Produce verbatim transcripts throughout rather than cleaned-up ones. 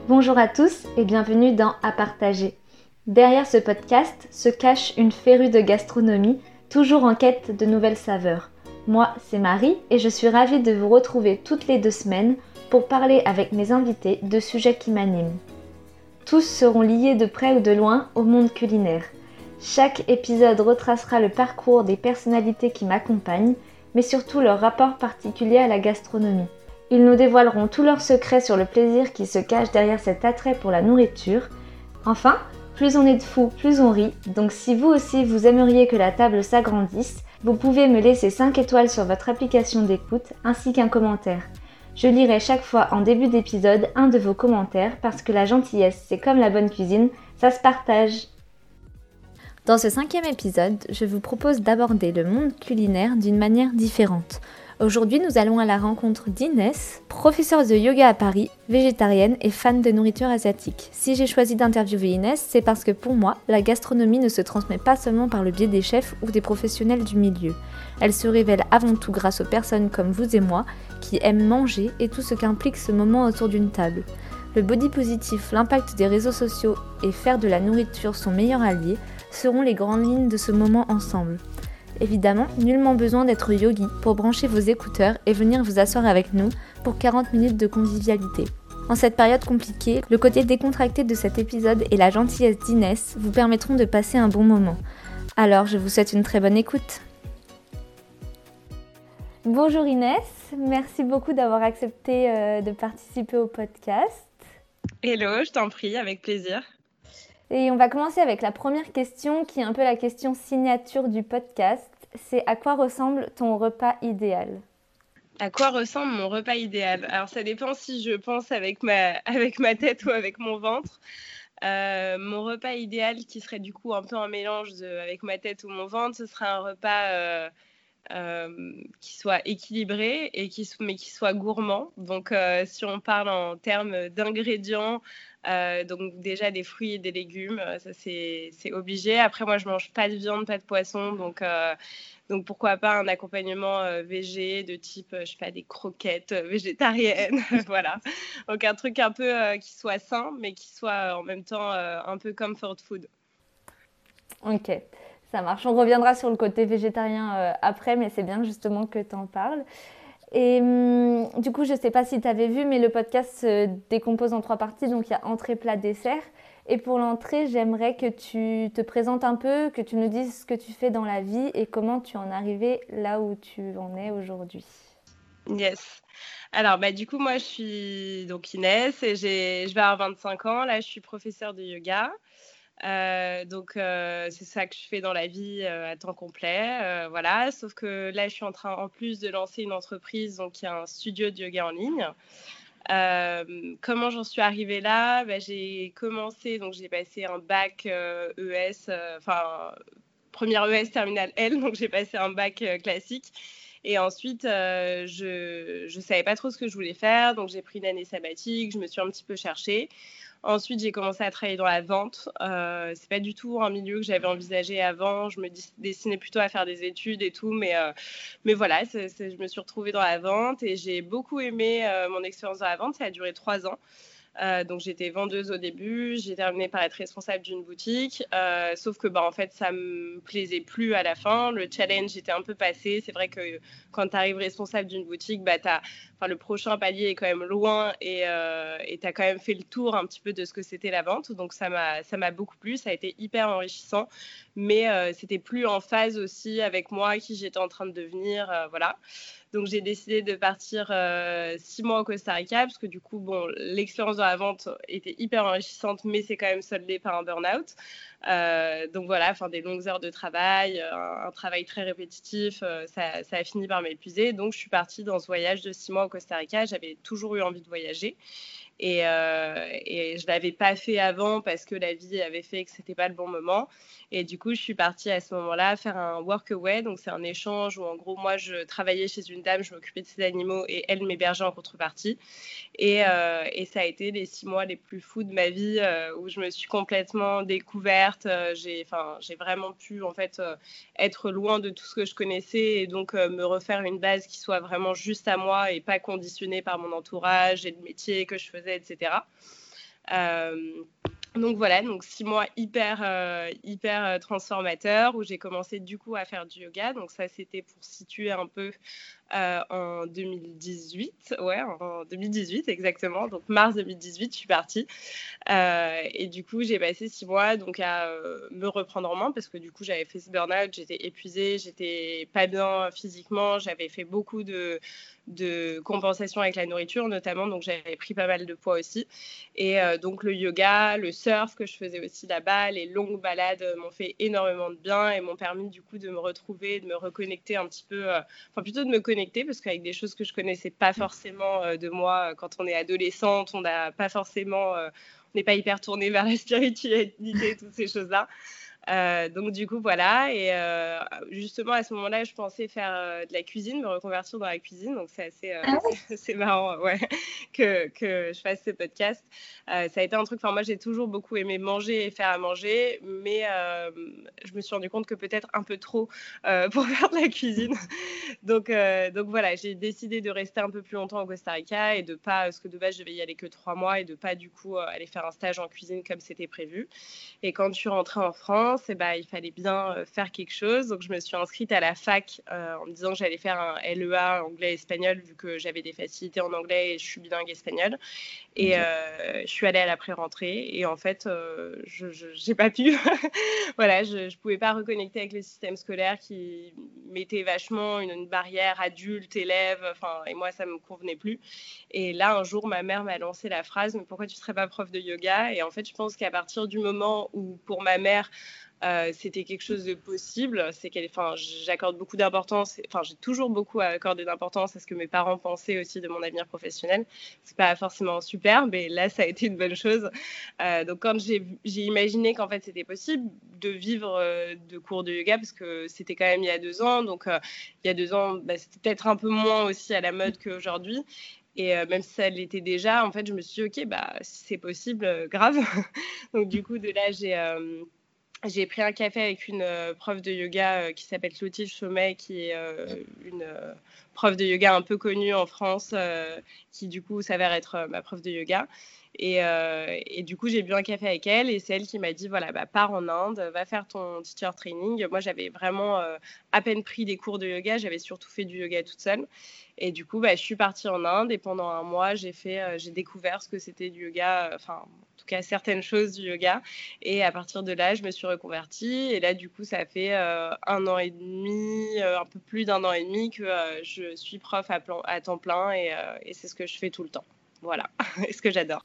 Bonjour à tous et bienvenue dans À partager. Derrière ce podcast se cache une férue de gastronomie, toujours en quête de nouvelles saveurs. Moi, c'est Marie et je suis ravie de vous retrouver toutes les deux semaines pour parler avec mes invités de sujets qui m'animent. Tous seront liés de près ou de loin au monde culinaire. Chaque épisode retracera le parcours des personnalités qui m'accompagnent, mais surtout leur rapport particulier à la gastronomie. Ils nous dévoileront tous leurs secrets sur le plaisir qui se cache derrière cet attrait pour la nourriture. Enfin, plus on est de fous, plus on rit, donc si vous aussi vous aimeriez que la table s'agrandisse, vous pouvez me laisser cinq étoiles sur votre application d'écoute ainsi qu'un commentaire. Je lirai chaque fois en début d'épisode un de vos commentaires parce que la gentillesse, c'est comme la bonne cuisine, ça se partage. Dans ce cinquième épisode, je vous propose d'aborder le monde culinaire d'une manière différente. Aujourd'hui, nous allons à la rencontre d'Inès, professeure de yoga à Paris, végétarienne et fan de nourriture asiatique. Si j'ai choisi d'interviewer Inès, c'est parce que pour moi, la gastronomie ne se transmet pas seulement par le biais des chefs ou des professionnels du milieu. Elle se révèle avant tout grâce aux personnes comme vous et moi, qui aiment manger et tout ce qu'implique ce moment autour d'une table. Le body positif, l'impact des réseaux sociaux et faire de la nourriture son meilleur allié seront les grandes lignes de ce moment ensemble. Évidemment, nullement besoin d'être yogi pour brancher vos écouteurs et venir vous asseoir avec nous pour quarante minutes de convivialité. En cette période compliquée, le côté décontracté de cet épisode et la gentillesse d'Inès vous permettront de passer un bon moment. Alors, je vous souhaite une très bonne écoute. Bonjour Inès, merci beaucoup d'avoir accepté euh, de participer au podcast. Hello, je t'en prie, avec plaisir. Et on va commencer avec la première question qui est un peu la question signature du podcast. C'est à quoi ressemble ton repas idéal ? À quoi ressemble mon repas idéal ? Alors ça dépend si je pense avec ma, avec ma tête ou avec mon ventre. Euh, mon repas idéal qui serait du coup un peu un mélange de, avec ma tête ou mon ventre, ce serait un repas euh, euh, qui soit équilibré et qui, mais qui soit gourmand. Donc euh, si on parle en termes d'ingrédients, Euh, donc déjà des fruits et des légumes, ça c'est, c'est obligé. Après moi je mange pas de viande, pas de poisson, donc, euh, donc pourquoi pas un accompagnement euh, végé de type, je sais pas, des croquettes euh, végétariennes, voilà. Donc un truc un peu euh, qui soit sain, mais qui soit en même temps euh, un peu comfort food. Ok, ça marche. On reviendra sur le côté végétarien euh, après, mais c'est bien justement que tu en parles. Et hum, du coup, je ne sais pas si tu avais vu, mais le podcast se décompose en trois parties. Donc, il y a entrée, plat, dessert. Et pour l'entrée, j'aimerais que tu te présentes un peu, que tu nous dises ce que tu fais dans la vie et comment tu en es arrivé là où tu en es aujourd'hui. Yes. Alors, bah, du coup, moi, je suis donc Inès et j'ai, je vais avoir vingt-cinq ans. Là, je suis professeure de yoga. Euh, donc euh, c'est ça que je fais dans la vie euh, à temps complet, euh, voilà. Sauf que là, je suis en train, en plus de lancer une entreprise, donc il y a un studio de yoga en ligne. Euh, comment j'en suis arrivée là ? Bah, j'ai commencé, donc j'ai passé un bac euh, E S, enfin euh, première E S terminale L, donc j'ai passé un bac euh, classique. Et ensuite, euh, je ne savais pas trop ce que je voulais faire, donc j'ai pris une année sabbatique, je me suis un petit peu cherchée. Ensuite, j'ai commencé à travailler dans la vente. Euh, c'est pas du tout un milieu que j'avais envisagé avant. Je me destinais plutôt à faire des études et tout, mais, euh, mais voilà, c'est, c'est, je me suis retrouvée dans la vente et j'ai beaucoup aimé euh, mon expérience dans la vente. Ça a duré trois ans. Euh, donc j'étais vendeuse au début, j'ai terminé par être responsable d'une boutique, euh, sauf que bah, en fait ça me plaisait plus à la fin, le challenge était un peu passé. C'est vrai que quand tu arrives responsable d'une boutique, bah, t'as, le prochain palier est quand même loin et euh, tu as quand même fait le tour un petit peu de ce que c'était la vente, donc ça m'a, ça m'a beaucoup plu, ça a été hyper enrichissant, mais euh, c'était plus en phase aussi avec moi, qui j'étais en train de devenir, euh, voilà. Donc, j'ai décidé de partir euh, six mois au Costa Rica parce que du coup, bon, l'expérience dans la vente était hyper enrichissante, mais c'est quand même soldé par un burn-out. Euh, donc voilà, enfin des longues heures de travail, un, un travail très répétitif, euh, ça, ça a fini par m'épuiser. Donc, je suis partie dans ce voyage de six mois au Costa Rica. J'avais toujours eu envie de voyager. Et, euh, et je ne l'avais pas fait avant parce que la vie avait fait que ce n'était pas le bon moment. Et du coup, je suis partie à ce moment-là faire un workaway. Donc, c'est un échange où, en gros, moi, je travaillais chez une dame, je m'occupais de ses animaux et elle m'hébergeait en contrepartie. Et, euh, et ça a été les six mois les plus fous de ma vie euh, où je me suis complètement découverte. Euh, j'ai, j'ai vraiment pu, en fait, euh, être loin de tout ce que je connaissais et donc euh, me refaire une base qui soit vraiment juste à moi et pas conditionnée par mon entourage et le métier que je faisais, et cetera. Euh, donc voilà, donc six mois hyper, euh, hyper transformateurs où j'ai commencé du coup à faire du yoga. Donc ça, c'était pour situer un peu euh, en deux mille dix-huit. Ouais, en deux mille dix-huit exactement. Donc mars deux mille dix-huit, je suis partie. Euh, et du coup, j'ai passé six mois donc à euh, me reprendre en main parce que du coup, j'avais fait ce burn-out, j'étais épuisée, j'étais pas bien physiquement, j'avais fait beaucoup de, de compensation avec la nourriture notamment, donc j'avais pris pas mal de poids aussi. Et euh, donc le yoga, le surf que je faisais aussi là-bas, les longues balades m'ont fait énormément de bien et m'ont permis du coup de me retrouver, de me reconnecter un petit peu, euh, enfin plutôt de me connecter parce qu'avec des choses que je connaissais pas forcément euh, de moi quand on est adolescente, on n'a pas forcément euh, on n'est pas hyper tourné vers la spiritualité, toutes ces choses-là. Euh, donc du coup voilà, et euh, justement à ce moment-là je pensais faire euh, de la cuisine, me reconvertir dans la cuisine, donc c'est assez, euh, ah ouais. c'est, c'est marrant ouais, que, que je fasse ce podcast. Euh, ça a été un truc, enfin moi j'ai toujours beaucoup aimé manger et faire à manger, mais euh, je me suis rendu compte que peut-être un peu trop euh, pour faire de la cuisine. donc, euh, donc voilà, j'ai décidé de rester un peu plus longtemps au Costa Rica et de pas, parce que de base je devais y aller que trois mois et de pas du coup aller faire un stage en cuisine comme c'était prévu. Et quand je suis rentrée en France, eh ben, il fallait bien euh, faire quelque chose. Donc, je me suis inscrite à la fac euh, en me disant que j'allais faire un L E A anglais-espagnol vu que j'avais des facilités en anglais et je suis bilingue espagnol. Et okay. euh, je suis allée à la pré-rentrée et en fait, euh, je n'ai pas pu. voilà, je ne pouvais pas reconnecter avec le système scolaire qui mettait vachement une, une barrière adulte, élève. Enfin, et moi, ça ne me convenait plus. Et là, un jour, ma mère m'a lancé la phrase « Mais pourquoi tu ne serais pas prof de yoga ?» Et en fait, je pense qu'à partir du moment où, pour ma mère, euh, c'était quelque chose de possible, c'est qu'elle, enfin, j'accorde beaucoup d'importance, enfin, j'ai toujours beaucoup accordé d'importance à ce que mes parents pensaient aussi de mon avenir professionnel. C'est pas forcément super, mais là, ça a été une bonne chose. Euh, donc, quand j'ai, j'ai imaginé qu'en fait, c'était possible de vivre euh, de cours de yoga, parce que c'était quand même il y a deux ans, donc euh, il y a deux ans, bah, c'était peut-être un peu moins aussi à la mode qu'aujourd'hui. Et euh, même si ça l'était déjà, en fait, je me suis dit, OK, bah, si c'est possible, euh, grave. Donc, du coup, de là, j'ai... Euh, J'ai pris un café avec une euh, prof de yoga euh, qui s'appelle Clotilde Chaumet, qui est euh, une euh, prof de yoga un peu connue en France, euh, qui du coup s'avère être euh, ma prof de yoga. Et, euh, et du coup, j'ai bu un café avec elle et c'est elle qui m'a dit, voilà, bah, pars en Inde, va faire ton teacher training. Moi, j'avais vraiment euh, à peine pris des cours de yoga, j'avais surtout fait du yoga toute seule. Et du coup, bah, je suis partie en Inde et pendant un mois, j'ai, fait, euh, j'ai découvert ce que c'était du yoga, enfin, en tout cas, certaines choses du yoga. Et à partir de là, je me suis reconvertie. Et là, du coup, ça fait euh, un an et demi, euh, un peu plus d'un an et demi que euh, je suis prof à, plan, à temps plein et, euh, et c'est ce que je fais tout le temps. Voilà, et ce que j'adore.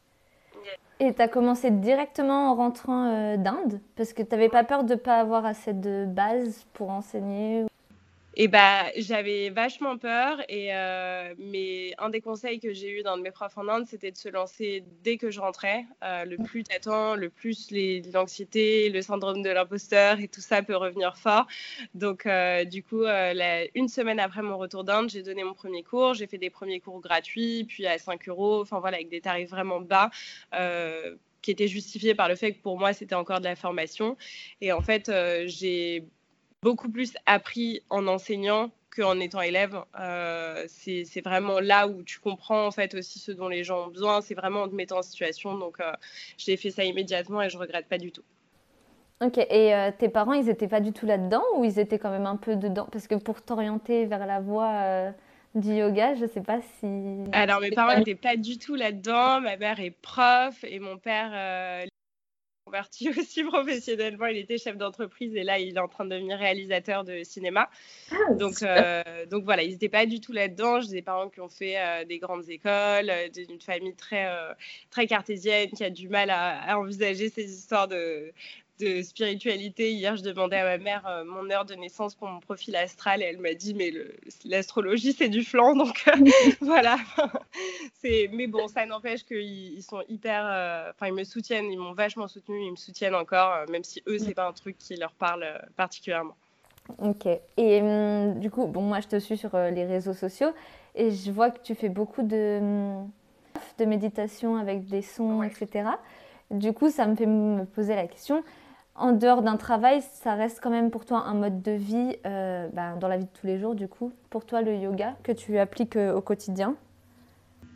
Et tu as commencé directement en rentrant euh, d'Inde parce que tu n'avais pas peur de ne pas avoir assez de base pour enseigner? Et bah, j'avais vachement peur, et euh, mais un des conseils que j'ai eu d'un de mes profs en Inde, c'était de se lancer dès que je rentrais. Euh, le plus t'attends, le plus les, l'anxiété, le syndrome de l'imposteur et tout ça peut revenir fort. Donc, euh, du coup, euh, la, une semaine après mon retour d'Inde, j'ai donné mon premier cours. J'ai fait des premiers cours gratuits, puis à cinq euros, enfin voilà, avec des tarifs vraiment bas. Euh, qui étaient justifiés par le fait que pour moi, c'était encore de la formation. Et en fait, euh, j'ai beaucoup plus appris en enseignant qu'en étant élève. Euh, c'est, c'est vraiment là où tu comprends en fait aussi ce dont les gens ont besoin. C'est vraiment en te mettant en situation. Donc, euh, j'ai fait ça immédiatement et je regrette pas du tout. Ok, et euh, tes parents, ils étaient pas du tout là-dedans ou ils étaient quand même un peu dedans? Parce que pour t'orienter vers la voie euh, du yoga, je sais pas si... Alors, mes parents n'étaient pas du tout là-dedans. Ma mère est prof et mon père... Euh, converti aussi professionnellement, il était chef d'entreprise et là il est en train de devenir réalisateur de cinéma. Ah, donc, euh, donc voilà, ils n'étaient pas du tout là-dedans. J'ai des parents qui ont fait euh, des grandes écoles, euh, d'une famille très, euh, très cartésienne qui a du mal à, à envisager ces histoires de, de spiritualité. Hier, je demandais à ma mère euh, mon heure de naissance pour mon profil astral et elle m'a dit mais le, l'astrologie c'est du flan, donc euh, voilà. c'est, mais bon, ça n'empêche qu'ils ils sont hyper, enfin euh, ils me soutiennent, ils m'ont vachement soutenu, ils me soutiennent encore, euh, même si eux c'est pas un truc qui leur parle euh, particulièrement. Ok. Et hum, du coup, bon, moi je te suis sur euh, les réseaux sociaux et je vois que tu fais beaucoup de, hum, de méditation avec des sons, ouais. et cetera. Du coup, ça me fait me poser la question. En dehors d'un travail, ça reste quand même pour toi un mode de vie euh, ben, dans la vie de tous les jours, du coup, pour toi le yoga que tu appliques euh, au quotidien?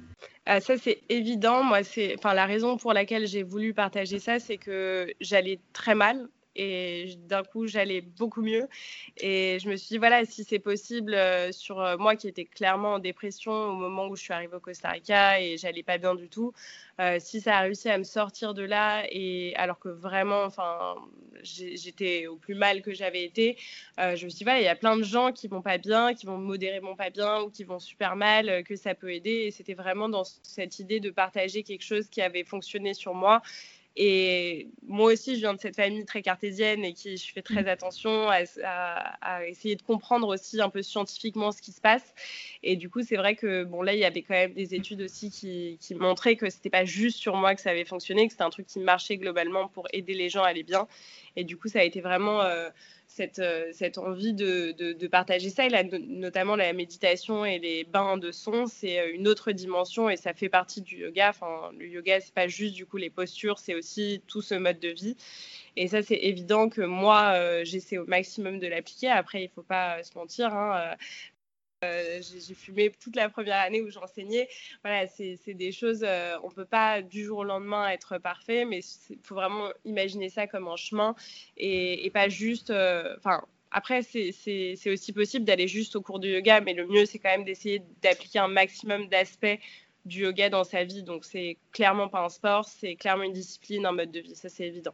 Ah, ça, c'est évident. Moi, c'est, enfin, la raison pour laquelle j'ai voulu partager ça, c'est que j'allais très mal et d'un coup, j'allais beaucoup mieux. Et je me suis dit, voilà, si c'est possible euh, sur euh, moi qui étais clairement en dépression au moment où je suis arrivée au Costa Rica et j'allais pas bien du tout, euh, si ça a réussi à me sortir de là, et alors que vraiment, enfin, j'étais au plus mal que j'avais été, euh, je me suis dit, voilà, il y a plein de gens qui vont pas bien, qui vont modérer mon pas bien ou qui vont super mal, euh, que ça peut aider. Et c'était vraiment dans cette idée de partager quelque chose qui avait fonctionné sur moi. Et moi aussi, je viens de cette famille très cartésienne et qui je fais très attention à, à, à essayer de comprendre aussi un peu scientifiquement ce qui se passe. Et du coup, c'est vrai que bon, là, il y avait quand même des études aussi qui, qui montraient que c'était pas juste sur moi que ça avait fonctionné, que c'était un truc qui marchait globalement pour aider les gens à aller bien. Et du coup, ça a été vraiment euh, cette, euh, cette envie de, de, de partager ça. Et là, notamment la méditation et les bains de son, c'est une autre dimension et ça fait partie du yoga. Enfin, le yoga, c'est pas juste du coup les postures, c'est aussi tout ce mode de vie. Et ça, c'est évident que moi, euh, j'essaie au maximum de l'appliquer. Après, il faut pas se mentir, hein, euh, j'ai fumé toute la première année où j'enseignais. Voilà, c'est des choses, euh, on ne peut pas du jour au lendemain être parfait, mais il faut vraiment imaginer ça comme un chemin et, et pas juste. Enfin, euh, après, c'est aussi possible d'aller juste au cours de yoga, mais le mieux, c'est quand même d'essayer d'appliquer un maximum d'aspects du yoga dans sa vie. Donc, c'est clairement pas un sport, c'est clairement une discipline, un mode de vie, ça c'est évident.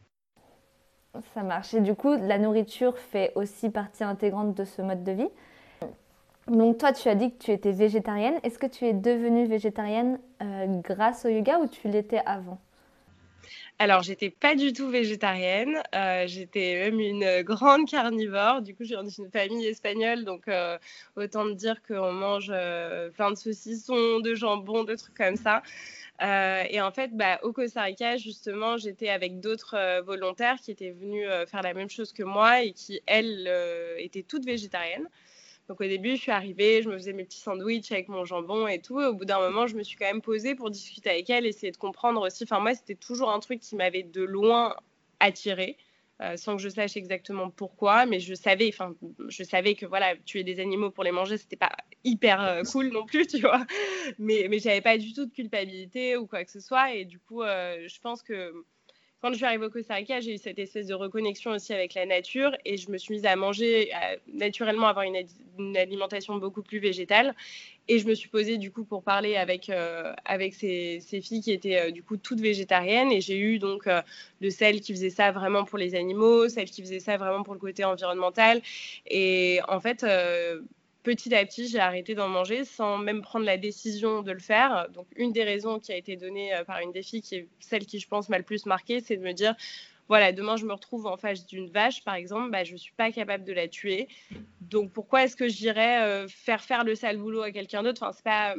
Ça marche. Et du coup, la nourriture fait aussi partie intégrante de ce mode de vie. Donc toi, tu as dit que tu étais végétarienne. Est-ce que tu es devenue végétarienne euh, grâce au yoga ou tu l'étais avant? Alors, j'étais pas du tout végétarienne. Euh, j'étais même une grande carnivore. Du coup, je viens d'une famille espagnole, donc euh, autant te dire qu'on mange euh, plein de saucissons, de jambon, de trucs comme ça. Euh, et en fait, bah, au Costa Rica, justement, j'étais avec d'autres euh, volontaires qui étaient venus euh, faire la même chose que moi et qui, elles, euh, étaient toutes végétariennes. Donc au début, je suis arrivée, je me faisais mes petits sandwichs avec mon jambon et tout. Et au bout d'un moment, je me suis quand même posée pour discuter avec elle, essayer de comprendre aussi. Enfin, moi, c'était toujours un truc qui m'avait de loin attirée, euh, sans que je sache exactement pourquoi. Mais je savais, enfin, je savais que voilà, tuer des animaux pour les manger, c'était pas hyper euh, cool non plus, tu vois. Mais, mais j'avais pas du tout de culpabilité ou quoi que ce soit. Et du coup, euh, je pense que quand je suis arrivée au Costa Rica, j'ai eu cette espèce de reconnexion aussi avec la nature et je me suis mise à manger, à naturellement avoir une, une alimentation beaucoup plus végétale. Et je me suis posée du coup pour parler avec, euh, avec ces, ces filles qui étaient euh, du coup toutes végétariennes. Et j'ai eu donc euh, de celles qui faisaient ça vraiment pour les animaux, celles qui faisaient ça vraiment pour le côté environnemental. Et en fait, euh, petit à petit, j'ai arrêté d'en manger sans même prendre la décision de le faire. Donc, une des raisons qui a été donnée par une des filles, qui est celle qui, je pense, m'a le plus marquée, c'est de me dire, voilà, demain, je me retrouve en face d'une vache, par exemple, bah, je ne suis pas capable de la tuer. Donc, pourquoi est-ce que j'irais euh, faire faire le sale boulot à quelqu'un d'autre? Enfin, c'est pas...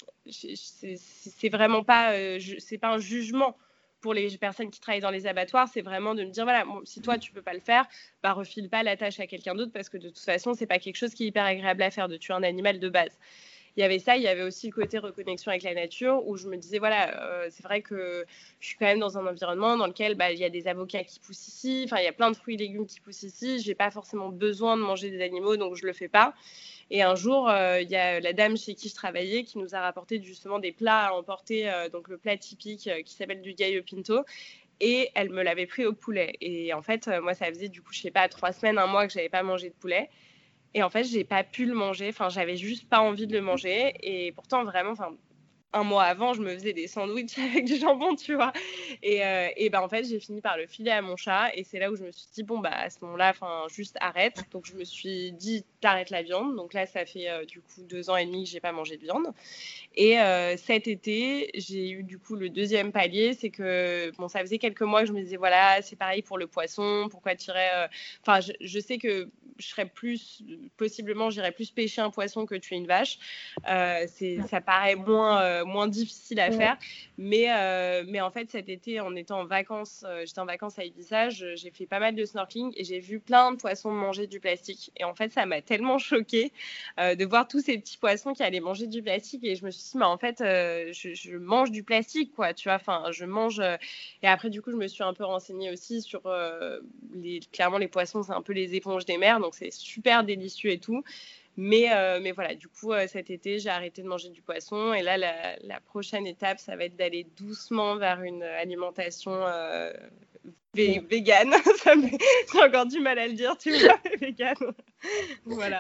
C'est vraiment pas... Euh, c'est pas un jugement pour les personnes qui travaillent dans les abattoirs, c'est vraiment de me dire, voilà, bon, si toi, tu peux pas le faire, bah, refile pas la tâche à quelqu'un d'autre parce que de toute façon, c'est pas quelque chose qui est hyper agréable à faire de tuer un animal de base. Il y avait ça, il y avait aussi le côté reconnexion avec la nature où je me disais, voilà, euh, c'est vrai que je suis quand même dans un environnement dans lequel bah, il y a des avocats qui poussent ici, enfin, il y a plein de fruits et légumes qui poussent ici, j'ai pas forcément besoin de manger des animaux, donc je le fais pas. Et un jour, euh, il y a la dame chez qui je travaillais qui nous a rapporté justement des plats à emporter, euh, donc le plat typique euh, qui s'appelle du gallo pinto. Et elle me l'avait pris au poulet. Et en fait, euh, moi, ça faisait du coup, je sais pas, trois semaines, un mois que j'avais pas mangé de poulet. Et en fait, j'ai pas pu le manger. Enfin, j'avais juste pas envie de le manger. Et pourtant, vraiment, enfin, un mois avant, je me faisais des sandwichs avec du jambon, tu vois. Et, euh, et ben en fait, j'ai fini par le filer à mon chat. Et c'est là où je me suis dit, bon, bah, à ce moment-là, enfin, juste arrête. Donc, je me suis dit, t'arrêtes la viande. Donc là, ça fait euh, du coup deux ans et demi que j'ai pas mangé de viande. Et euh, cet été, j'ai eu du coup le deuxième palier, c'est que bon, ça faisait quelques mois que je me disais voilà, c'est pareil pour le poisson, pourquoi tu irais. Euh... Enfin, je, je sais que je serais plus, possiblement, j'irais plus pêcher un poisson que tuer une vache. Euh, c'est, ça paraît moins, euh, moins difficile à faire, mais, euh, mais en fait, cet été, en étant en vacances, euh, j'étais en vacances à Ibiza, je, j'ai fait pas mal de snorkeling et j'ai vu plein de poissons manger du plastique. Et en fait, ça m'a tellement choquée euh, de voir tous ces petits poissons qui allaient manger du plastique. Et je me suis dit, mais en fait, euh, je, je mange du plastique, quoi, tu vois. Enfin, je mange. Euh... Et après, du coup, je me suis un peu renseignée aussi sur euh, les. Clairement, les poissons, c'est un peu les éponges des mers, donc c'est super délicieux et tout. Mais, euh, mais voilà, du coup, euh, cet été, j'ai arrêté de manger du poisson. Et là, la, la prochaine étape, ça va être d'aller doucement vers une alimentation euh, vé- végane. Ça me fait- J'ai encore du mal à le dire, tu vois, végane. Voilà.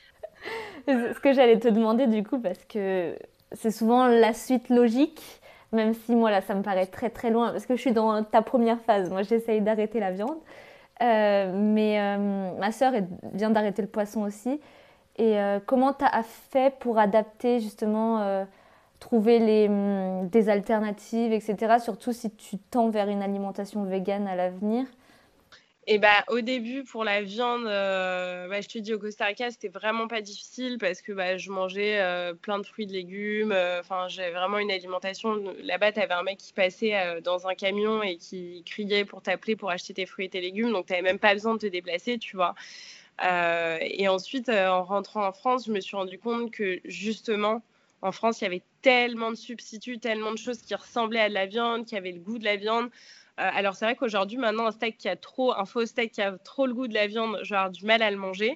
Ce que j'allais te demander du coup, parce que c'est souvent la suite logique, même si moi là ça me paraît très très loin, parce que je suis dans ta première phase. Moi j'essaye d'arrêter la viande, Euh, mais euh, ma sœur elle vient d'arrêter le poisson aussi. Et euh, comment tu as fait pour adapter justement, euh, trouver les, hum, des alternatives, et cetera. Surtout si tu tends vers une alimentation végane à l'avenir. Et bah, au début, pour la viande, euh, bah, je te dis, au Costa Rica, c'était vraiment pas difficile parce que bah, je mangeais euh, plein de fruits, de légumes. euh, Enfin, j'avais vraiment une alimentation. Là-bas, tu avais un mec qui passait euh, dans un camion et qui criait pour t'appeler pour acheter tes fruits et tes légumes. Donc, tu n'avais même pas besoin de te déplacer, tu vois. Euh, et ensuite, euh, en rentrant en France, je me suis rendu compte que justement, en France, il y avait tellement de substituts, tellement de choses qui ressemblaient à de la viande, qui avaient le goût de la viande. Euh, alors c'est vrai qu'aujourd'hui, maintenant, un steak qui a trop, un faux steak qui a trop le goût de la viande, j'ai du mal à le manger.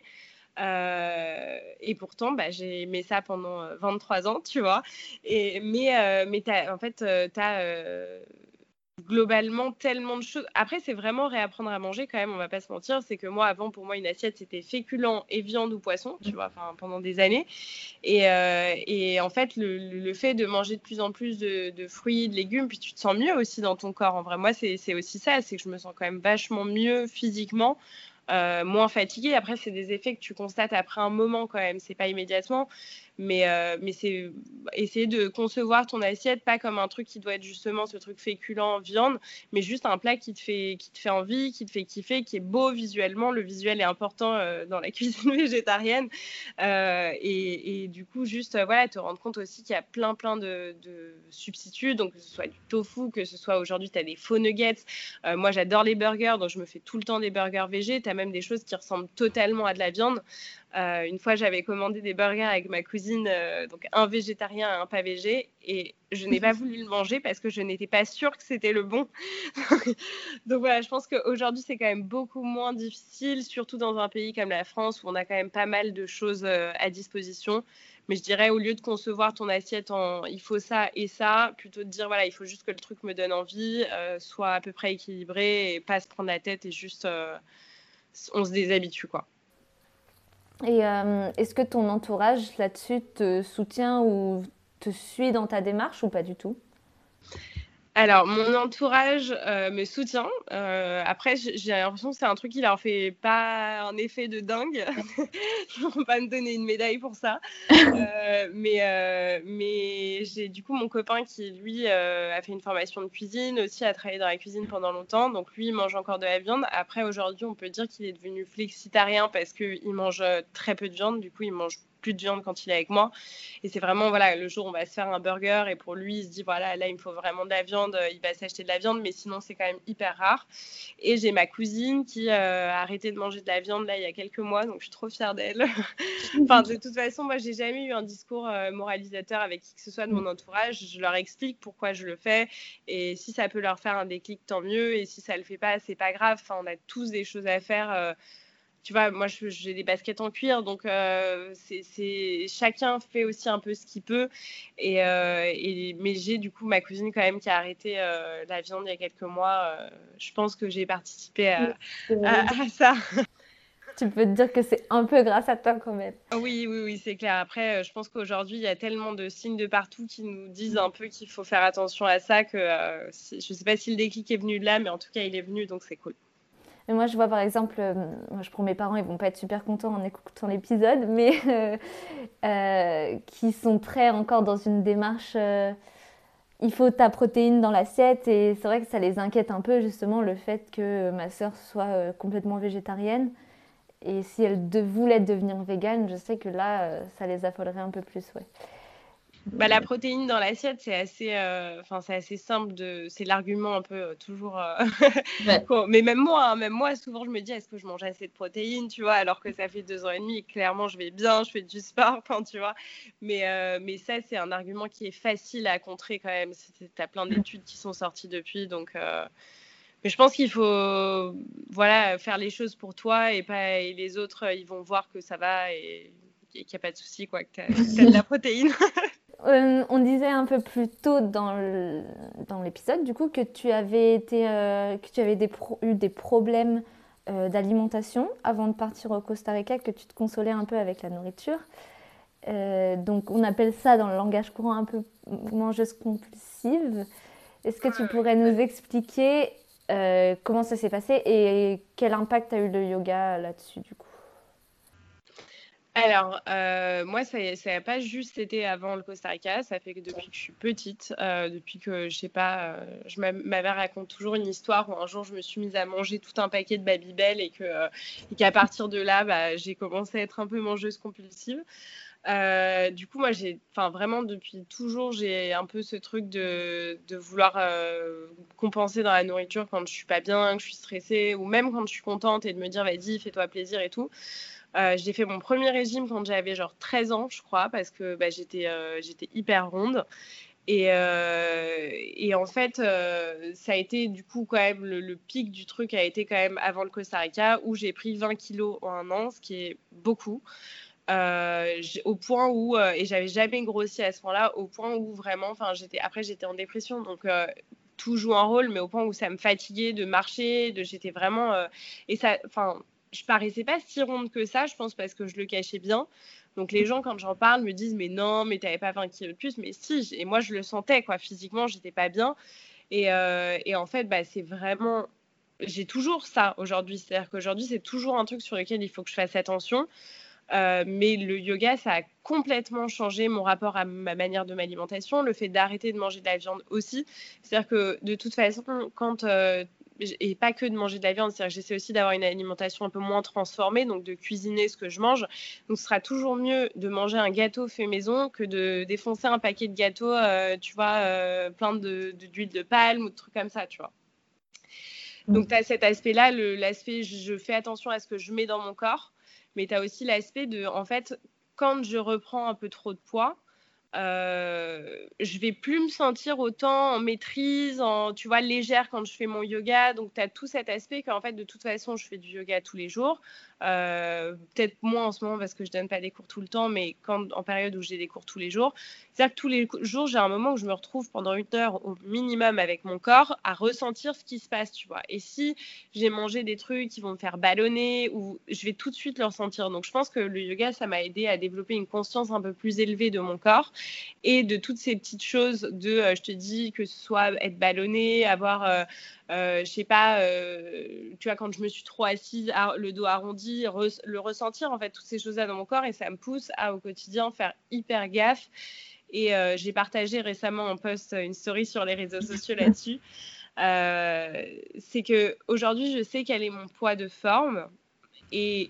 Euh, et pourtant, bah, j'ai aimé ça pendant vingt-trois ans, tu vois. Et, mais euh, mais t'as, en fait, euh, tu as euh, globalement tellement de choses. Après, c'est vraiment réapprendre à manger quand même, on va pas se mentir. C'est que moi, avant, pour moi, une assiette, c'était féculent et viande ou poisson, tu vois, enfin, pendant des années. Et, euh, et en fait, le, le fait de manger de plus en plus de, de fruits, de légumes, puis tu te sens mieux aussi dans ton corps. En vrai, moi, c'est, c'est aussi ça, c'est que je me sens quand même vachement mieux physiquement. Euh, moins fatiguée. Après, c'est des effets que tu constates après un moment quand même, c'est pas immédiatement, mais, euh, mais c'est essayer de concevoir ton assiette pas comme un truc qui doit être justement ce truc féculent, viande, mais juste un plat qui te fait, qui te fait envie, qui te fait kiffer, qui est beau visuellement. Le visuel est important euh, dans la cuisine végétarienne. Euh, et, et du coup, juste euh, voilà, te rendre compte aussi qu'il y a plein, plein de, de substituts, donc que ce soit du tofu, que ce soit aujourd'hui, tu as des faux nuggets. Euh, moi, j'adore les burgers, donc je me fais tout le temps des burgers végés. Tu as même des choses qui ressemblent totalement à de la viande. Euh, une fois, j'avais commandé des burgers avec ma cousine, euh, donc un végétarien et un pas végé, et je n'ai pas voulu le manger parce que je n'étais pas sûre que c'était le bon. Donc voilà, je pense qu'aujourd'hui, c'est quand même beaucoup moins difficile, surtout dans un pays comme la France où on a quand même pas mal de choses euh, à disposition. Mais je dirais, au lieu de concevoir ton assiette en il faut ça et ça, plutôt de dire voilà, il faut juste que le truc me donne envie, euh, soit à peu près équilibré et pas se prendre la tête et juste euh, on se déshabitue, quoi. Et euh, est-ce que ton entourage là-dessus te soutient ou te suit dans ta démarche ou pas du tout? Alors, mon entourage euh, me soutient. Euh, après, j'ai l'impression que c'est un truc qui leur fait pas un effet de dingue. Ils vont pas me donner une médaille pour ça. Euh, mais euh, mais j'ai du coup mon copain qui, lui, euh, a fait une formation de cuisine, aussi a travaillé dans la cuisine pendant longtemps. Donc, lui, il mange encore de la viande. Après, aujourd'hui, on peut dire qu'il est devenu flexitarien parce qu'il mange très peu de viande. Du coup, il mange plus de viande quand il est avec moi. Et c'est vraiment, voilà, le jour où on va se faire un burger et pour lui, il se dit, voilà, là, il me faut vraiment de la viande, il va s'acheter de la viande, mais sinon, c'est quand même hyper rare. Et j'ai ma cousine qui euh, a arrêté de manger de la viande, là, il y a quelques mois, donc je suis trop fière d'elle. Enfin, de toute façon, moi, j'ai jamais eu un discours euh, moralisateur avec qui que ce soit de mon entourage. Je leur explique pourquoi je le fais. Et si ça peut leur faire un déclic, tant mieux. Et si ça le fait pas, c'est pas grave. Enfin, on a tous des choses à faire. Euh, tu vois, moi, j'ai des baskets en cuir, donc euh, c'est, c'est... chacun fait aussi un peu ce qu'il peut. Et, euh, et... Mais j'ai du coup ma cousine quand même qui a arrêté euh, la viande il y a quelques mois. Euh, je pense que j'ai participé à, à, à ça. Tu peux te dire que c'est un peu grâce à toi quand même. Oui, oui, oui, c'est clair. Après, je pense qu'aujourd'hui, il y a tellement de signes de partout qui nous disent un peu qu'il faut faire attention à ça que euh, si... je ne sais pas si le déclic est venu de là, mais en tout cas, il est venu, donc c'est cool. Mais moi, je vois par exemple, euh, moi, je, pour mes parents, ils vont pas être super contents en écoutant l'épisode, mais euh, euh, qui sont très encore dans une démarche. Euh, il faut ta protéine dans l'assiette, et c'est vrai que ça les inquiète un peu justement le fait que ma sœur soit euh, complètement végétarienne. Et si elle de, voulait devenir végane, je sais que là, euh, ça les affolerait un peu plus, ouais. Bah, la protéine dans l'assiette, c'est assez, euh, enfin, c'est assez simple. De... C'est l'argument un peu euh, toujours. Euh... Ouais. Mais même moi, hein, même moi, souvent, je me dis, est-ce que je mange assez de protéines, tu vois, alors que ça fait deux ans et demi, et clairement, je vais bien, je fais du sport, enfin, tu vois. Mais, euh, mais ça, c'est un argument qui est facile à contrer quand même. Tu as plein d'études qui sont sorties depuis, donc. Euh... Mais je pense qu'il faut, voilà, faire les choses pour toi et pas et les autres, ils vont voir que ça va et qu'il n'y a pas de souci, quoi, que tu as de la protéine. Euh, on disait un peu plus tôt dans, le, dans l'épisode, du coup, que tu avais, été, euh, que tu avais des pro- eu des problèmes euh, d'alimentation avant de partir au Costa Rica, que tu te consolais un peu avec la nourriture. Euh, donc, on appelle ça dans le langage courant un peu mangeuse compulsive. Est-ce que tu pourrais nous expliquer euh, comment ça s'est passé et quel impact a eu le yoga là-dessus, du coup? Alors, euh, moi, ça n'a pas juste été avant le Costa Rica, ça fait que depuis que je suis petite, euh, depuis que, je sais pas, euh, je, ma, ma mère raconte toujours une histoire où un jour, je me suis mise à manger tout un paquet de Babybel et, que, euh, et qu'à partir de là, bah, j'ai commencé à être un peu mangeuse compulsive. Euh, du coup, moi, j'ai, enfin, vraiment, depuis toujours, j'ai un peu ce truc de, de vouloir euh, compenser dans la nourriture quand je suis pas bien, que je suis stressée, ou même quand je suis contente et de me dire, vas-y, fais-toi plaisir et tout. Euh, j'ai fait mon premier régime quand j'avais genre treize ans, je crois, parce que bah, j'étais, euh, j'étais hyper ronde. Et, euh, et en fait, euh, ça a été du coup quand même le, le pic du truc a été quand même avant le Costa Rica où j'ai pris vingt kilos en un an, ce qui est beaucoup. Euh, au point où, euh, et j'avais jamais grossi à ce point-là, au point où vraiment, enfin, j'étais, après j'étais en dépression, donc euh, tout joue un rôle, mais au point où ça me fatiguait de marcher, de, j'étais vraiment, euh, et ça, enfin, je paraissais pas si ronde que ça, je pense, parce que je le cachais bien. Donc les gens, quand j'en parle, me disent, mais non, mais t'avais pas vingt kilos de plus, mais si, et moi je le sentais, quoi, physiquement, j'étais pas bien. Et, euh, et en fait, bah, c'est vraiment, j'ai toujours ça aujourd'hui, c'est-à-dire qu'aujourd'hui, c'est toujours un truc sur lequel il faut que je fasse attention. Euh, mais le yoga, ça a complètement changé mon rapport à ma manière de m'alimentation, le fait d'arrêter de manger de la viande aussi. C'est-à-dire que de toute façon, quand... Euh, et pas que de manger de la viande, c'est-à-dire que j'essaie aussi d'avoir une alimentation un peu moins transformée, donc de cuisiner ce que je mange. Donc ce sera toujours mieux de manger un gâteau fait maison que de défoncer un paquet de gâteaux, euh, tu vois, euh, plein de, de, d'huile de palme ou de trucs comme ça, tu vois. Donc tu as cet aspect-là, le, l'aspect je fais attention à ce que je mets dans mon corps, mais tu as aussi l'aspect de, en fait, quand je reprends un peu trop de poids, euh, je vais plus me sentir autant en maîtrise, en, tu vois, légère quand je fais mon yoga. Donc, tu as tout cet aspect qu'en fait, de toute façon, je fais du yoga tous les jours. Euh, peut-être moins en ce moment parce que je donne pas des cours tout le temps, mais quand, en période où j'ai des cours tous les jours. C'est-à-dire que tous les jours, j'ai un moment où je me retrouve pendant une heure au minimum avec mon corps à ressentir ce qui se passe, tu vois. Et si j'ai mangé des trucs qui vont me faire ballonner, ou je vais tout de suite le ressentir. Donc, je pense que le yoga, ça m'a aidé à développer une conscience un peu plus élevée de mon corps et de toutes ces petites choses de, euh, je te dis, que ce soit être ballonné, avoir, euh, euh, je sais pas, euh, tu vois, quand je me suis trop assise, le dos arrondi, re- le ressentir, en fait, toutes ces choses-là dans mon corps, et ça me pousse à, au quotidien, faire hyper gaffe. Et euh, j'ai partagé récemment un post, une story sur les réseaux sociaux là-dessus. Euh, c'est que aujourd'hui, je sais quel est mon poids de forme, et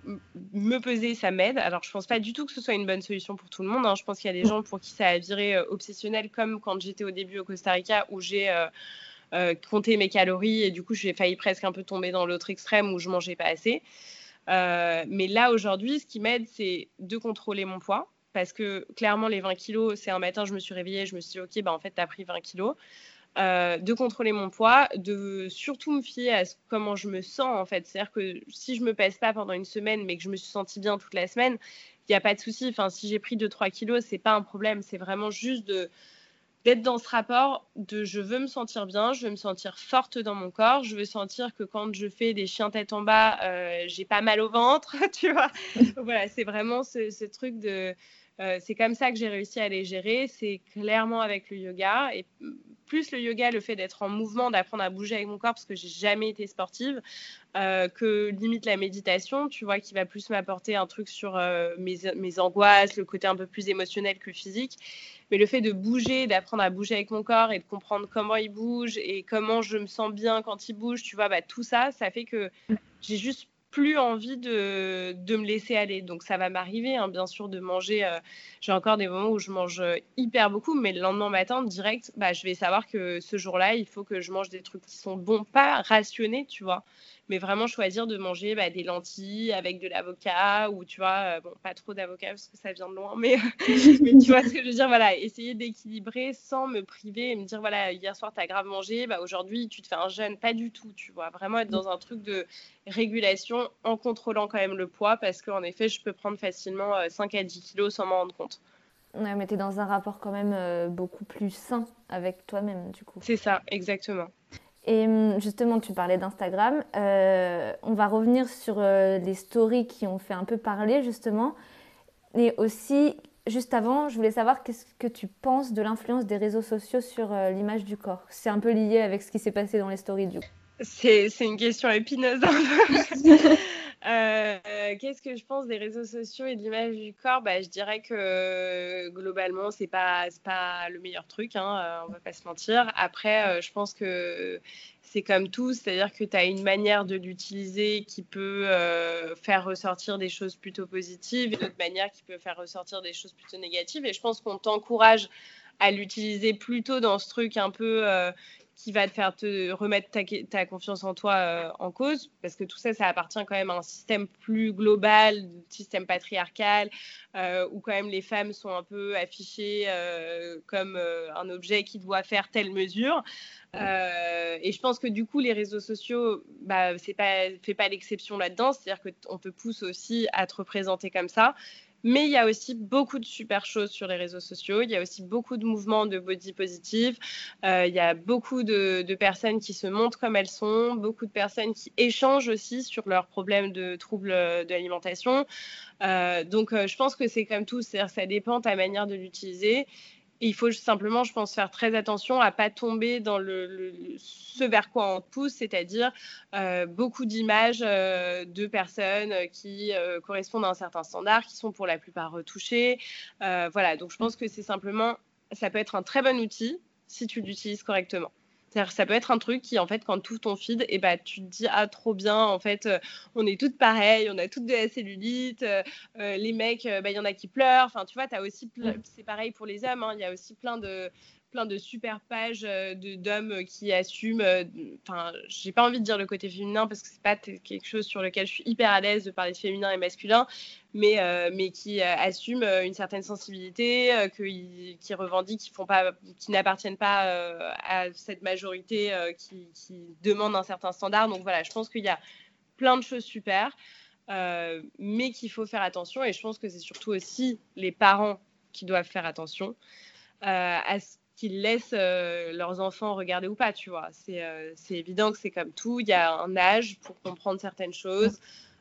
me peser, ça m'aide. Alors, je pense pas du tout que ce soit une bonne solution pour tout le monde, hein. Je pense qu'il y a des gens pour qui ça a viré euh, obsessionnel, comme quand j'étais au début au Costa Rica, où j'ai euh, euh, compté mes calories et du coup, j'ai failli presque un peu tomber dans l'autre extrême où je mangeais pas assez. Euh, mais là, aujourd'hui, ce qui m'aide, c'est de contrôler mon poids. Parce que clairement, les vingt kilos, c'est un matin, je me suis réveillée, je me suis dit, OK, bah, en fait, tu as pris vingt kilos. Euh, de contrôler mon poids, de surtout me fier à ce, comment je me sens en fait. C'est-à-dire que si je me pèse pas pendant une semaine, mais que je me suis sentie bien toute la semaine, il n'y a pas de souci. Enfin, si j'ai pris deux trois kilos, c'est pas un problème. C'est vraiment juste de d'être dans ce rapport de je veux me sentir bien, je veux me sentir forte dans mon corps, je veux sentir que quand je fais des chiens tête en bas, euh, j'ai pas mal au ventre, tu vois. Voilà, c'est vraiment ce, ce truc de... Euh, c'est comme ça que j'ai réussi à les gérer, c'est clairement avec le yoga. Et plus le yoga, le fait d'être en mouvement, d'apprendre à bouger avec mon corps, parce que j'ai jamais été sportive, euh, que limite la méditation, tu vois, qui va plus m'apporter un truc sur euh, mes, mes angoisses, le côté un peu plus émotionnel que physique. Mais le fait de bouger, d'apprendre à bouger avec mon corps et de comprendre comment il bouge et comment je me sens bien quand il bouge, tu vois, bah, tout ça, ça fait que j'ai juste plus envie de, de me laisser aller. Donc ça va m'arriver, hein, bien sûr, de manger. Euh, j'ai encore des moments où je mange hyper beaucoup, mais le lendemain matin, direct, bah, je vais savoir que ce jour-là, il faut que je mange des trucs qui sont bons, pas rationnés, tu vois, mais vraiment choisir de manger bah, des lentilles avec de l'avocat ou, tu vois, euh, bon, pas trop d'avocat parce que ça vient de loin, mais, mais tu vois ce que je veux dire, voilà, essayer d'équilibrer sans me priver et me dire, voilà, hier soir, t'as grave mangé, bah, aujourd'hui, tu te fais un jeûne, pas du tout, tu vois, vraiment être dans un truc de régulation en, en contrôlant quand même le poids, parce qu'en effet, je peux prendre facilement euh, cinq à dix kilos sans m'en rendre compte. Ouais, mais t'es dans un rapport quand même euh, beaucoup plus sain avec toi-même, du coup. C'est ça, exactement. Et hum, justement, tu parlais d'Instagram. Euh, on va revenir sur euh, les stories qui ont fait un peu parler, justement. Et aussi, juste avant, je voulais savoir qu'est-ce que tu penses de l'influence des réseaux sociaux sur euh, l'image du corps. C'est un peu lié avec ce qui s'est passé dans les stories, du coup. C'est, c'est une question épineuse. euh, qu'est-ce que je pense des réseaux sociaux et de l'image du corps? Bah, je dirais que globalement, c'est pas, c'est pas le meilleur truc, hein, euh, on va pas se mentir. Après, euh, je pense que c'est comme tout, c'est-à-dire que tu as une manière de l'utiliser qui peut euh, faire ressortir des choses plutôt positives et une autre manière qui peut faire ressortir des choses plutôt négatives. Et je pense qu'on t'encourage à l'utiliser plutôt dans ce truc un peu euh, qui va te faire te remettre ta, ta confiance en toi euh, en cause, parce que tout ça, ça appartient quand même à un système plus global, un système patriarcal, euh, où quand même les femmes sont un peu affichées euh, comme euh, un objet qui doit faire telle mesure. Euh, et je pense que du coup, les réseaux sociaux, bah, c'est pas, fait pas l'exception là-dedans, c'est-à-dire qu'on te pousse aussi à te représenter comme ça. Mais il y a aussi beaucoup de super choses sur les réseaux sociaux. Il y a aussi beaucoup de mouvements de body positive. Euh, il y a beaucoup de, de personnes qui se montrent comme elles sont, beaucoup de personnes qui échangent aussi sur leurs problèmes de troubles de l'alimentation. Euh, donc, euh, je pense que c'est comme tout, c'est-à-dire que ça dépend de ta manière de l'utiliser. Et il faut simplement, je pense, faire très attention à ne pas tomber dans le, le, ce vers quoi on te pousse, c'est-à-dire euh, beaucoup d'images euh, de personnes qui euh, correspondent à un certain standard, qui sont pour la plupart retouchées. Euh, voilà, donc je pense que c'est simplement, ça peut être un très bon outil si tu l'utilises correctement. C'est-à-dire que ça peut être un truc qui, en fait, quand tu ouvres ton feed, et bah, tu te dis, ah, trop bien, en fait, euh, on est toutes pareilles, on a toutes de la cellulite, euh, euh, les mecs, il euh, bah, y en a qui pleurent. Enfin, tu vois, t'as aussi ple- c'est pareil pour les hommes, il hein, y a aussi plein de, plein de super pages euh, de, d'hommes qui assument. Enfin, euh, j'ai pas envie de dire le côté féminin parce que c'est pas t- quelque chose sur lequel je suis hyper à l'aise de parler de féminin et masculin, mais, euh, mais qui euh, assument euh, une certaine sensibilité, euh, qui, qui revendiquent, qui, font pas, qui n'appartiennent pas euh, à cette majorité euh, qui, qui demande un certain standard. Donc voilà, je pense qu'il y a plein de choses super, euh, mais qu'il faut faire attention. Et je pense que c'est surtout aussi les parents qui doivent faire attention euh, à ce qu'ils laissent euh, leurs enfants regarder ou pas, tu vois. C'est, euh, c'est évident que c'est comme tout. Il y a un âge pour comprendre certaines choses.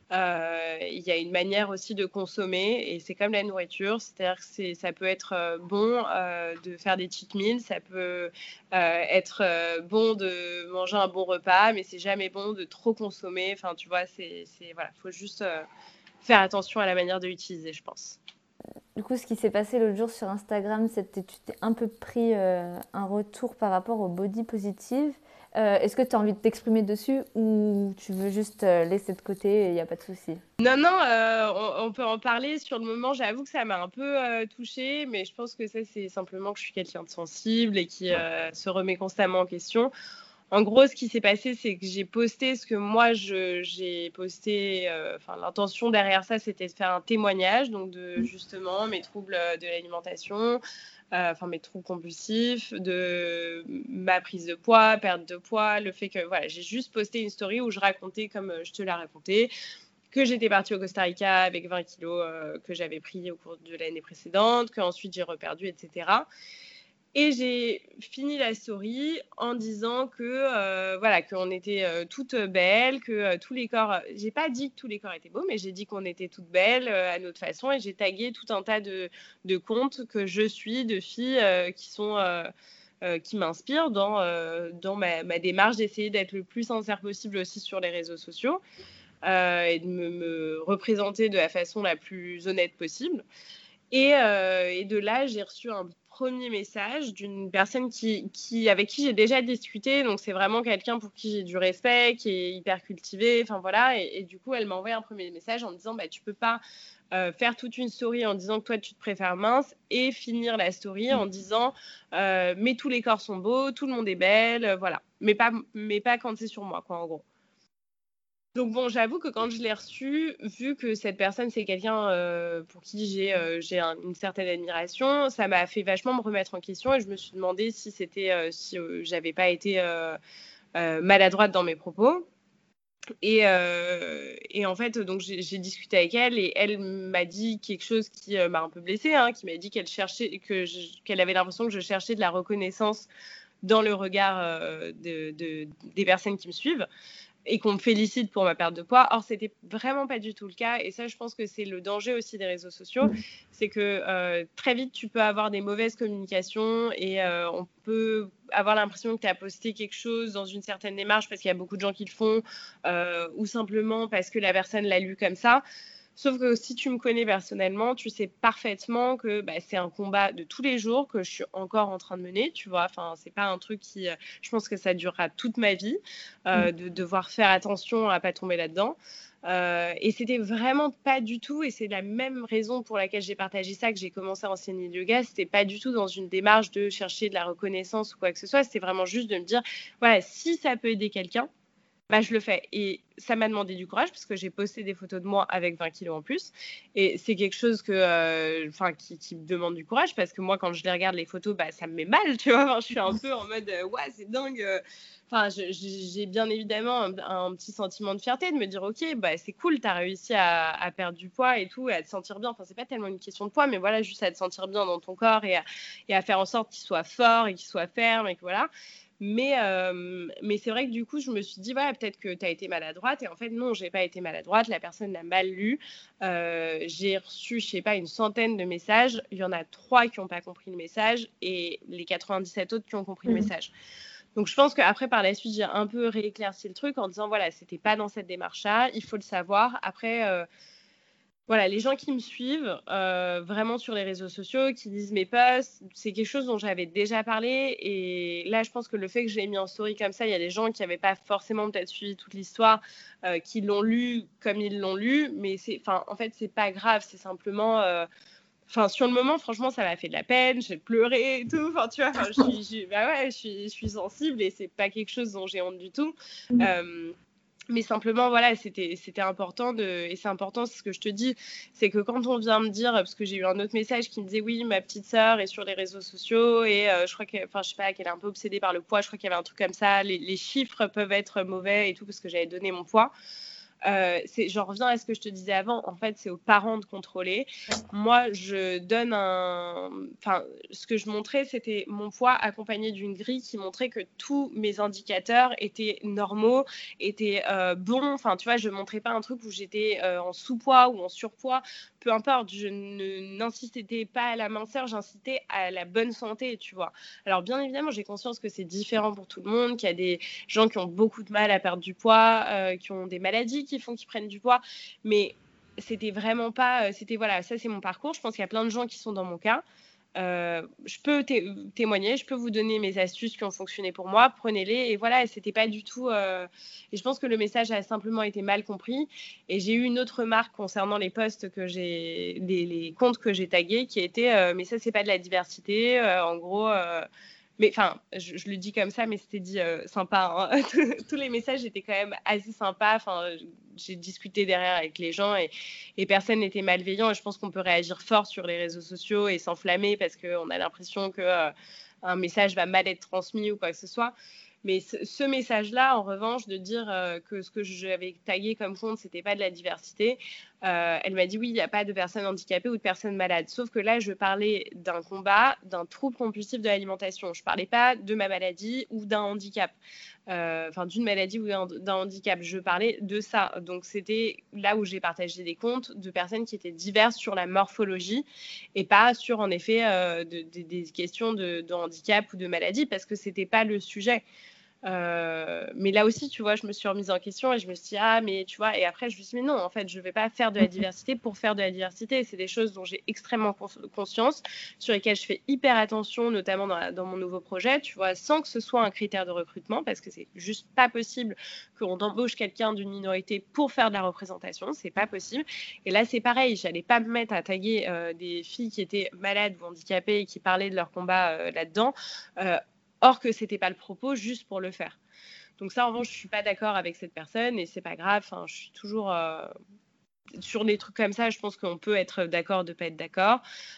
Euh, il y a une manière aussi de consommer et c'est comme la nourriture, c'est-à-dire que c'est, ça peut être euh, bon euh, de faire des cheat meals, ça peut euh, être euh, bon de manger un bon repas, mais c'est jamais bon de trop consommer. Enfin, tu vois, c'est, c'est voilà, faut juste euh, faire attention à la manière de l'utiliser, je pense. Du coup, ce qui s'est passé l'autre jour sur Instagram, c'était que tu t'es un peu pris euh, un retour par rapport au body positive. Euh, est-ce que tu as envie de t'exprimer dessus ou tu veux juste euh, laisser de côté et il n'y a pas de souci? Non, non, euh, on, on peut en parler. Sur le moment, j'avoue que ça m'a un peu euh, touchée, mais je pense que ça, c'est simplement que je suis quelqu'un de sensible et qui euh, se remet constamment en question. En gros, ce qui s'est passé, c'est que j'ai posté ce que moi, je, j'ai posté. Enfin, euh, l'intention derrière ça, c'était de faire un témoignage, donc de justement mes troubles de l'alimentation, enfin euh, mes troubles compulsifs, de ma prise de poids, perte de poids, le fait que voilà, j'ai juste posté une story où je racontais comme je te l'ai raconté, que j'étais partie au Costa Rica avec vingt kilos euh, que j'avais pris au cours de l'année précédente, qu'ensuite j'ai reperdu, et cetera. Et j'ai fini la story en disant que euh, voilà, qu'on était euh, toutes belles, que euh, tous les corps. J'ai pas dit que tous les corps étaient beaux, mais j'ai dit qu'on était toutes belles euh, à notre façon, et j'ai tagué tout un tas de, de comptes que je suis, de filles euh, qui sont euh, euh, qui m'inspirent dans euh, dans ma, ma démarche d'essayer d'être le plus sincère possible aussi sur les réseaux sociaux. Euh, et de me, me représenter de la façon la plus honnête possible. Et, euh, et de là, j'ai reçu un premier message d'une personne qui, qui, avec qui j'ai déjà discuté. Donc, c'est vraiment quelqu'un pour qui j'ai du respect, qui est hyper cultivé. Enfin, voilà. Et, et du coup, elle m'a envoyé un premier message en me disant bah, tu peux pas euh, faire toute une story en disant que toi, tu te préfères mince et finir la story en disant euh, mais tous les corps sont beaux, tout le monde est belle. Euh, voilà. Mais pas, mais pas quand c'est sur moi, quoi, en gros. Donc bon, j'avoue que quand je l'ai reçu, vu que cette personne, c'est quelqu'un euh, pour qui j'ai, euh, j'ai un, une certaine admiration, ça m'a fait vachement me remettre en question et je me suis demandé si c'était, euh, si euh, j'avais pas été euh, euh, maladroite dans mes propos. Et, euh, et en fait, donc j'ai, j'ai discuté avec elle et elle m'a dit quelque chose qui euh, m'a un peu blessée, hein, qui m'a dit qu'elle cherchait, que je, qu'elle avait l'impression que je cherchais de la reconnaissance dans le regard euh, de, de, des personnes qui me suivent et qu'on me félicite pour ma perte de poids. Or, c'était vraiment pas du tout le cas. Et ça, je pense que c'est le danger aussi des réseaux sociaux. C'est que euh, très vite, tu peux avoir des mauvaises communications et euh, on peut avoir l'impression que tu as posté quelque chose dans une certaine démarche parce qu'il y a beaucoup de gens qui le font euh, ou simplement parce que la personne l'a lu comme ça. Sauf que si tu me connais personnellement, tu sais parfaitement que bah, c'est un combat de tous les jours que je suis encore en train de mener, tu vois. Enfin, c'est pas un truc qui, euh, je pense que ça durera toute ma vie, euh, de devoir faire attention à pas tomber là-dedans. Euh, et c'était vraiment pas du tout, et c'est la même raison pour laquelle j'ai partagé ça, que j'ai commencé à enseigner le yoga. C'était pas du tout dans une démarche de chercher de la reconnaissance ou quoi que ce soit. C'était vraiment juste de me dire, voilà, si ça peut aider quelqu'un, bah, je le fais. Et ça m'a demandé du courage parce que j'ai posté des photos de moi avec vingt kilos en plus. Et c'est quelque chose que, euh, enfin, qui, qui me demande du courage parce que moi, quand je les regarde, les photos, bah, ça me met mal, tu vois. Enfin, je suis un peu en mode, euh, ouais, c'est dingue. Enfin, je- j'ai bien évidemment un, un petit sentiment de fierté de me dire, ok, bah, c'est cool, t'as réussi à, à perdre du poids et tout, et à te sentir bien. Enfin, c'est pas tellement une question de poids, mais voilà, juste à te sentir bien dans ton corps et à, et à faire en sorte qu'il soit fort et qu'il soit ferme et que voilà. Mais, euh, mais c'est vrai que du coup, je me suis dit, voilà, peut-être que tu as été maladroite. Et en fait, non, j'ai pas été maladroite. La personne l'a mal lu. Euh, j'ai reçu, je sais pas, une centaine de messages. Il y en a trois qui n'ont pas compris le message et les quatre-vingt-dix-sept autres qui ont compris le message. Donc, je pense qu'après, par la suite, j'ai un peu rééclairci le truc en disant, voilà, c'était pas dans cette démarche-là. Il faut le savoir. Après, euh, voilà, les gens qui me suivent euh, vraiment sur les réseaux sociaux, qui lisent mes posts, c'est quelque chose dont j'avais déjà parlé. Et là, je pense que le fait que je l'ai mis en story comme ça, il y a des gens qui n'avaient pas forcément peut-être suivi toute l'histoire, euh, qui l'ont lu comme ils l'ont lu. Mais c'est, enfin, en fait, c'est pas grave. C'est simplement, euh, enfin, sur le moment, franchement, ça m'a fait de la peine. J'ai pleuré et tout. Enfin, tu vois, enfin, je suis, je, bah ouais, je suis, je suis sensible et c'est pas quelque chose dont j'ai honte du tout. Euh, mais simplement, voilà, c'était, c'était important de, et c'est important, c'est ce que je te dis, c'est que quand on vient me dire, parce que j'ai eu un autre message qui me disait, oui, ma petite sœur est sur les réseaux sociaux et euh, je crois que, enfin, je sais pas, qu'elle est un peu obsédée par le poids, je crois qu'il y avait un truc comme ça, les, les chiffres peuvent être mauvais et tout, parce que j'avais donné mon poids. Euh, c'est, j'en reviens à ce que je te disais avant. En fait, c'est aux parents de contrôler. Moi, je donne un. Enfin, ce que je montrais, c'était mon poids accompagné d'une grille qui montrait que tous mes indicateurs étaient normaux, étaient euh, bons. Enfin, tu vois, je ne montrais pas un truc où j'étais euh, en sous-poids ou en surpoids. Peu importe, je ne, n'incitais pas à la minceur, j'incitais à la bonne santé, tu vois. Alors, bien évidemment, j'ai conscience que c'est différent pour tout le monde, qu'il y a des gens qui ont beaucoup de mal à perdre du poids, euh, qui ont des maladies qui font qu'ils prennent du poids. Mais c'était vraiment pas. C'était voilà, ça c'est mon parcours. Je pense qu'il y a plein de gens qui sont dans mon cas. Euh, je peux té- témoigner, je peux vous donner mes astuces qui ont fonctionné pour moi, prenez-les et voilà, et c'était pas du tout euh... et je pense que le message a simplement été mal compris et j'ai eu une autre remarque concernant les posts que j'ai les, les comptes que j'ai tagués qui étaient euh, mais ça c'est pas de la diversité euh, en gros euh... mais enfin je, je, le dis comme ça mais c'était dit euh, sympa hein. Tous les messages étaient quand même assez sympas, enfin j'ai discuté derrière avec les gens et, et personne n'était malveillant et je pense qu'on peut réagir fort sur les réseaux sociaux et s'enflammer parce qu'on a l'impression que euh, un message va mal être transmis ou quoi que ce soit. Mais ce, ce message-là, en revanche, de dire euh, que ce que j'avais tagué comme compte, c'était pas de la diversité, euh, elle m'a dit oui, il n'y a pas de personnes handicapées ou de personnes malades. Sauf que là, je parlais d'un combat, d'un trouble compulsif de l'alimentation. Je parlais pas de ma maladie ou d'un handicap. Enfin, euh, d'une maladie ou d'un handicap. Je parlais de ça. Donc, c'était là où j'ai partagé des comptes de personnes qui étaient diverses sur la morphologie et pas sur, en effet, euh, de, de, des questions de, de handicap ou de maladie parce que c'était pas le sujet. Euh, mais là aussi, tu vois, je me suis remise en question et je me suis dit, ah, mais tu vois, et après, je me suis dit, mais non, en fait, je ne vais pas faire de la diversité pour faire de la diversité. C'est des choses dont j'ai extrêmement conscience, sur lesquelles je fais hyper attention, notamment dans, la, dans mon nouveau projet, tu vois, sans que ce soit un critère de recrutement, parce que c'est juste pas possible qu'on embauche quelqu'un d'une minorité pour faire de la représentation. C'est pas possible. Et là, c'est pareil, j'allais pas me mettre à taguer euh, des filles qui étaient malades ou handicapées et qui parlaient de leur combat euh, là-dedans. Euh, Or que c'était pas le propos, juste pour le faire. Donc ça, en revanche, je suis pas d'accord avec cette personne et c'est pas grave. Enfin, je suis toujours, euh, sur les trucs comme ça, je pense qu'on peut être d'accord, de pas être d'accord.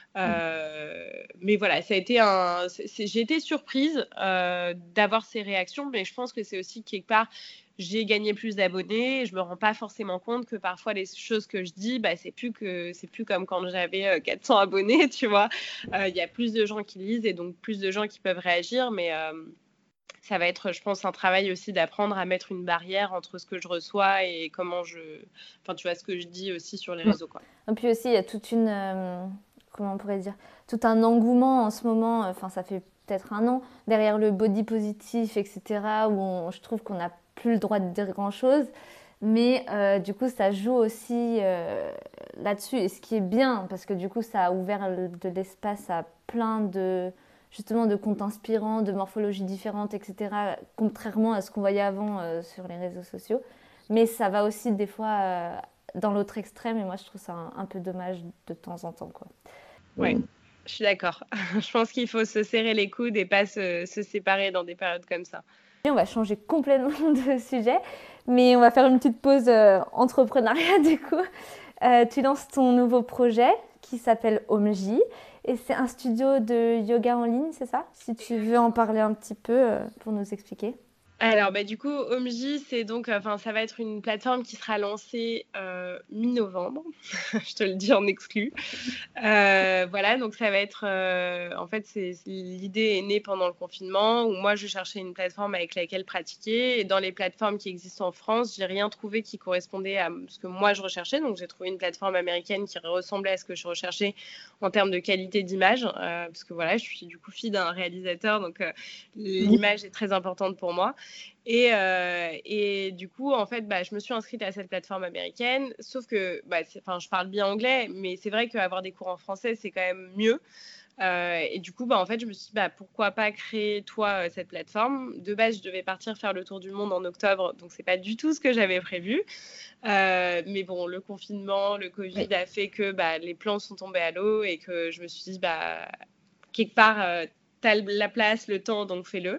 Euh, mais voilà, ça a été un. c'est- c'est- J'ai été surprise euh, d'avoir ces réactions, mais je pense que c'est aussi quelque part, j'ai gagné plus d'abonnés. Et je me rends pas forcément compte que parfois les choses que je dis, bah, c'est plus que c'est plus comme quand j'avais euh, quatre cents abonnés, tu vois. Euh, Il y a plus de gens qui lisent et donc plus de gens qui peuvent réagir, mais euh, ça va être, je pense, un travail aussi d'apprendre à mettre une barrière entre ce que je reçois et comment je, enfin, tu vois, ce que je dis aussi sur les Mm. réseaux, quoi. Et puis aussi, il y a toute une, euh, comment on pourrait dire, tout un engouement en ce moment, enfin ça fait peut-être un an, derrière le body positif, et cetera, où on- je trouve qu'on n'a plus le droit de dire grand-chose. Mais euh, du coup, ça joue aussi euh, là-dessus. Et ce qui est bien, parce que du coup, ça a ouvert le- de l'espace à plein de, justement, de comptes inspirants, de morphologies différentes, et cetera, contrairement à ce qu'on voyait avant euh, sur les réseaux sociaux. Mais ça va aussi des fois euh, dans l'autre extrême, et moi, je trouve ça un, un peu dommage de temps en temps, quoi. Ouais, je suis d'accord. Je pense qu'il faut se serrer les coudes et pas se, se séparer dans des périodes comme ça. On va changer complètement de sujet, mais on va faire une petite pause euh, entrepreneuriat du coup. Euh, tu lances ton nouveau projet qui s'appelle Omji et c'est un studio de yoga en ligne, c'est ça? Si tu veux en parler un petit peu euh, pour nous expliquer. Alors, bah, du coup, Omji, c'est donc, enfin, ça va être une plateforme qui sera lancée euh, mi-novembre. Je te le dis en exclu. Euh, voilà, donc ça va être, euh, en fait, c'est, l'idée est née pendant le confinement où moi je cherchais une plateforme avec laquelle pratiquer et dans les plateformes qui existent en France, j'ai rien trouvé qui correspondait à ce que moi je recherchais. Donc j'ai trouvé une plateforme américaine qui ressemblait à ce que je recherchais en termes de qualité d'image, euh, parce que voilà, je suis du coup fille d'un réalisateur, donc euh, l'image est très importante pour moi. Et, euh, et du coup, en fait, bah, je me suis inscrite à cette plateforme américaine, sauf que bah, enfin, je parle bien anglais, mais c'est vrai qu'avoir des cours en français, c'est quand même mieux. Euh, et du coup, bah, en fait, je me suis dit, bah, pourquoi pas créer, toi, euh, cette plateforme. De base, je devais partir faire le tour du monde en octobre, donc c'est pas du tout ce que j'avais prévu. Euh, mais bon, le confinement, le Covid Oui. a fait que bah, les plans sont tombés à l'eau et que je me suis dit, bah, quelque part, euh, t'as la place, le temps, donc fais-le.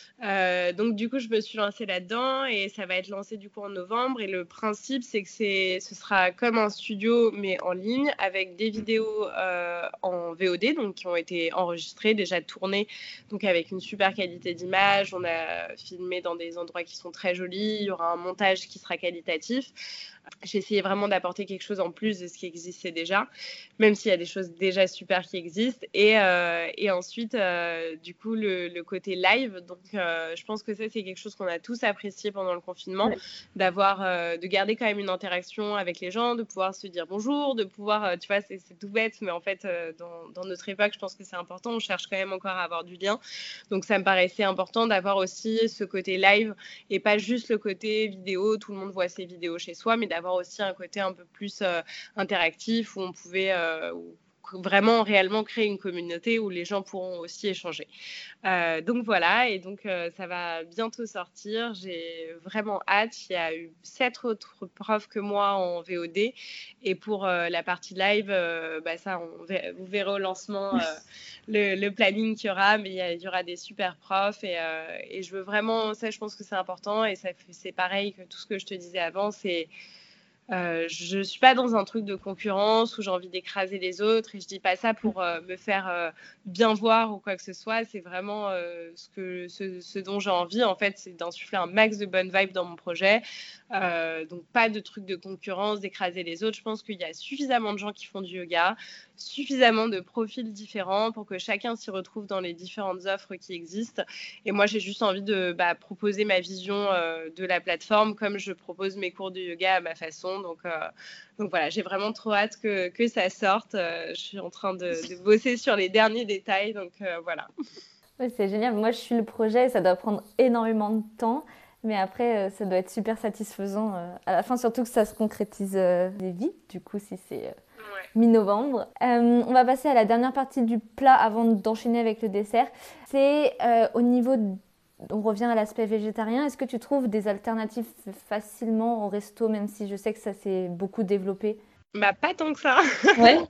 Euh, donc du coup, je me suis lancée là-dedans et ça va être lancé du coup en novembre. Et le principe, c'est que c'est, ce sera comme un studio mais en ligne avec des vidéos euh, en V O D, donc qui ont été enregistrées, déjà tournées, donc avec une super qualité d'image. On a filmé dans des endroits qui sont très jolis. Il y aura un montage qui sera qualitatif. J'ai essayé vraiment d'apporter quelque chose en plus de ce qui existait déjà, même s'il y a des choses déjà super qui existent. Et, euh, et ensuite, euh, du coup, le, le côté live. Donc, euh, je pense que ça, c'est quelque chose qu'on a tous apprécié pendant le confinement, Ouais. d'avoir, euh, de garder quand même une interaction avec les gens, de pouvoir se dire bonjour, de pouvoir, euh, tu vois, c'est, c'est tout bête, mais en fait, euh, dans, dans notre époque, je pense que c'est important. On cherche quand même encore à avoir du lien. Donc, ça me paraissait important d'avoir aussi ce côté live et pas juste le côté vidéo. Tout le monde voit ses vidéos chez soi, mais d'avoir aussi un côté un peu plus euh, interactif où on pouvait euh, vraiment réellement créer une communauté où les gens pourront aussi échanger. Euh, donc voilà, et donc euh, ça va bientôt sortir. J'ai vraiment hâte. Il y a eu sept autres profs que moi en V O D, et pour euh, la partie live, euh, bah ça, on ver- vous verrez au lancement euh, le, le planning qu'il y aura, mais il y, a, il y aura des super profs et, euh, et je veux vraiment, ça, je pense que c'est important et ça c'est pareil que tout ce que je te disais avant, c'est euh, je ne suis pas dans un truc de concurrence où j'ai envie d'écraser les autres et je dis pas ça pour euh, me faire euh, bien voir ou quoi que ce soit. C'est vraiment euh, ce, que, ce, ce dont j'ai envie, en fait, c'est d'insuffler un max de bonnes vibes dans mon projet. Euh, donc pas de truc de concurrence, d'écraser les autres. Je pense qu'il y a suffisamment de gens qui font du yoga, suffisamment de profils différents pour que chacun s'y retrouve dans les différentes offres qui existent. Et moi, j'ai juste envie de bah, proposer ma vision euh, de la plateforme comme je propose mes cours de yoga à ma façon. Donc, euh, donc voilà, j'ai vraiment trop hâte que, que ça sorte. Euh, je suis en train de, de bosser sur les derniers détails. Donc euh, voilà. Ouais, c'est génial. Moi, je suis le projet et ça doit prendre énormément de temps. Mais après, euh, ça doit être super satisfaisant euh, à la fin, surtout que ça se concrétise euh, vite, du coup, si c'est euh, Ouais. mi-novembre. Euh, on va passer à la dernière partie du plat avant d'enchaîner avec le dessert. C'est euh, au niveau, de- on revient à l'aspect végétarien. Est-ce que tu trouves des alternatives facilement au resto, même si je sais que ça s'est beaucoup développé? Bah, pas tant que ça. Ouais.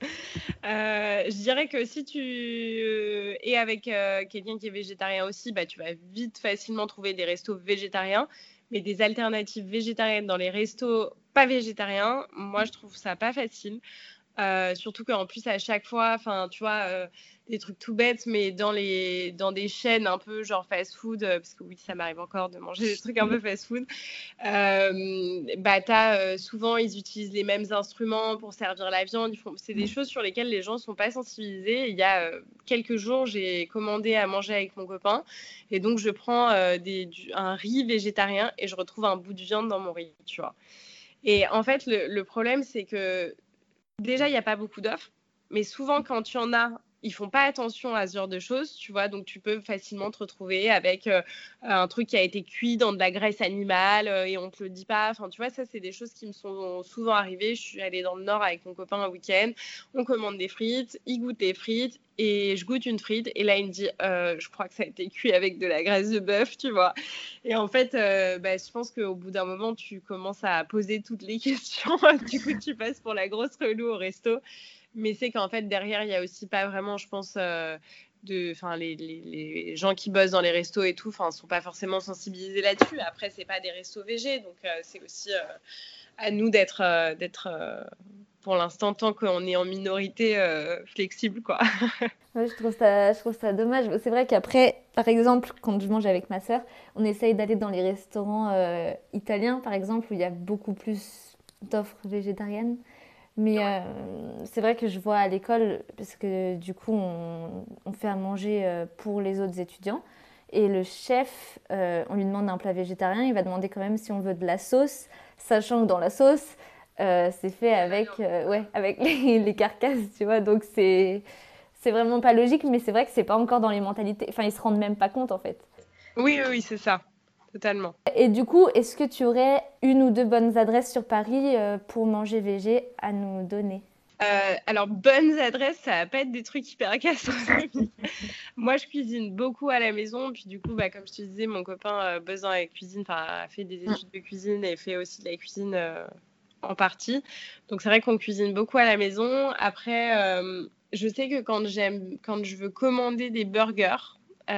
Euh, je dirais que si tu euh, es avec euh, quelqu'un qui est végétarien aussi, bah, tu vas vite facilement trouver des restos végétariens. mais des alternatives végétariennes dans les restos pas végétariens, moi, je trouve ça pas facile. Euh, surtout qu'en plus, à chaque fois, enfin, tu vois, euh, des trucs tout bêtes, mais dans, les, dans des chaînes un peu genre fast-food, euh, parce que oui, ça m'arrive encore de manger des trucs un peu fast-food, euh, bah, t'as, euh, souvent, ils utilisent les mêmes instruments pour servir la viande. Ils font... C'est des choses sur lesquelles les gens ne sont pas sensibilisés. Il y a euh, quelques jours, j'ai commandé à manger avec mon copain, et donc je prends euh, des, du, un riz végétarien et je retrouve un bout de viande dans mon riz, tu vois. Et en fait, le, le problème, c'est que déjà, il n'y a pas beaucoup d'offres, mais souvent, quand tu en as, ils font pas attention à ce genre de choses, tu vois, donc tu peux facilement te retrouver avec euh, un truc qui a été cuit dans de la graisse animale euh, et on te le dit pas. Enfin, tu vois, ça, c'est des choses qui me sont souvent arrivées. Je suis allée dans le Nord avec mon copain un week-end, on commande des frites, il goûte des frites et je goûte une frite et là, il me dit, euh, je crois que ça a été cuit avec de la graisse de bœuf, tu vois. Et en fait, euh, bah, je pense qu'au bout d'un moment, tu commences à poser toutes les questions. Du coup, tu passes pour la grosse relou au resto. Mais c'est qu'en fait, derrière, il n'y a aussi pas vraiment, je pense, euh, de, enfin, les, les, les gens qui bossent dans les restos et tout, enfin, sont pas forcément sensibilisés là-dessus. Après, c'est pas des restos végés, donc euh, c'est aussi euh, à nous d'être, euh, d'être euh, pour l'instant, tant qu'on est en minorité, euh, flexible, quoi. Ouais, je trouve ça, je trouve ça dommage. C'est vrai qu'après, par exemple, quand je mange avec ma sœur, on essaye d'aller dans les restaurants euh, italiens, par exemple, où il y a beaucoup plus d'offres végétariennes. Mais euh, c'est vrai que je vois à l'école, parce que du coup, on, on fait à manger euh, pour les autres étudiants. Et le chef, euh, on lui demande un plat végétarien, il va demander quand même si on veut de la sauce, sachant que dans la sauce, euh, c'est fait avec, euh, ouais, avec les, les carcasses, tu vois. Donc c'est, c'est vraiment pas logique, mais c'est vrai que c'est pas encore dans les mentalités. Enfin, ils se rendent même pas compte en fait. Oui, oui, oui, c'est ça, totalement. Et du coup, est-ce que tu aurais une ou deux bonnes adresses sur Paris euh, pour manger végé à nous donner? Euh, alors, bonnes adresses, ça va pas être des trucs hyper gastronomiques. Moi, je cuisine beaucoup à la maison. Puis du coup, bah, comme je te disais, mon copain euh, bosse dans la cuisine, a fait des études de cuisine et fait aussi de la cuisine euh, en partie. Donc, c'est vrai qu'on cuisine beaucoup à la maison. Après, euh, je sais que quand, j'aime, quand je veux commander des burgers,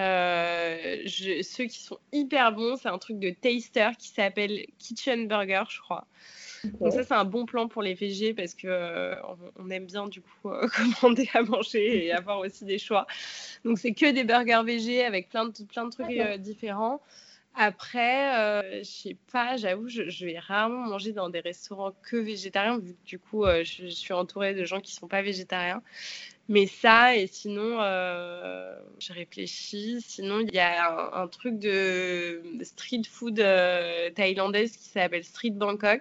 euh, je, ceux qui sont hyper bons, c'est un truc de taster qui s'appelle Kitchen Burger, je crois. Donc ça, c'est un bon plan pour les végés parce que euh, on aime bien du coup euh, commander à manger et avoir aussi des choix. Donc c'est que des burgers végés avec plein de, plein de trucs euh, différents. Après, euh, je sais pas, j'avoue, je, je vais rarement manger dans des restaurants que végétariens vu que du coup, euh, je, je suis entourée de gens qui sont pas végétariens. Mais ça, et sinon, euh, je réfléchis. Sinon, il y a un, un truc de street food euh, thaïlandaise qui s'appelle Street Bangkok.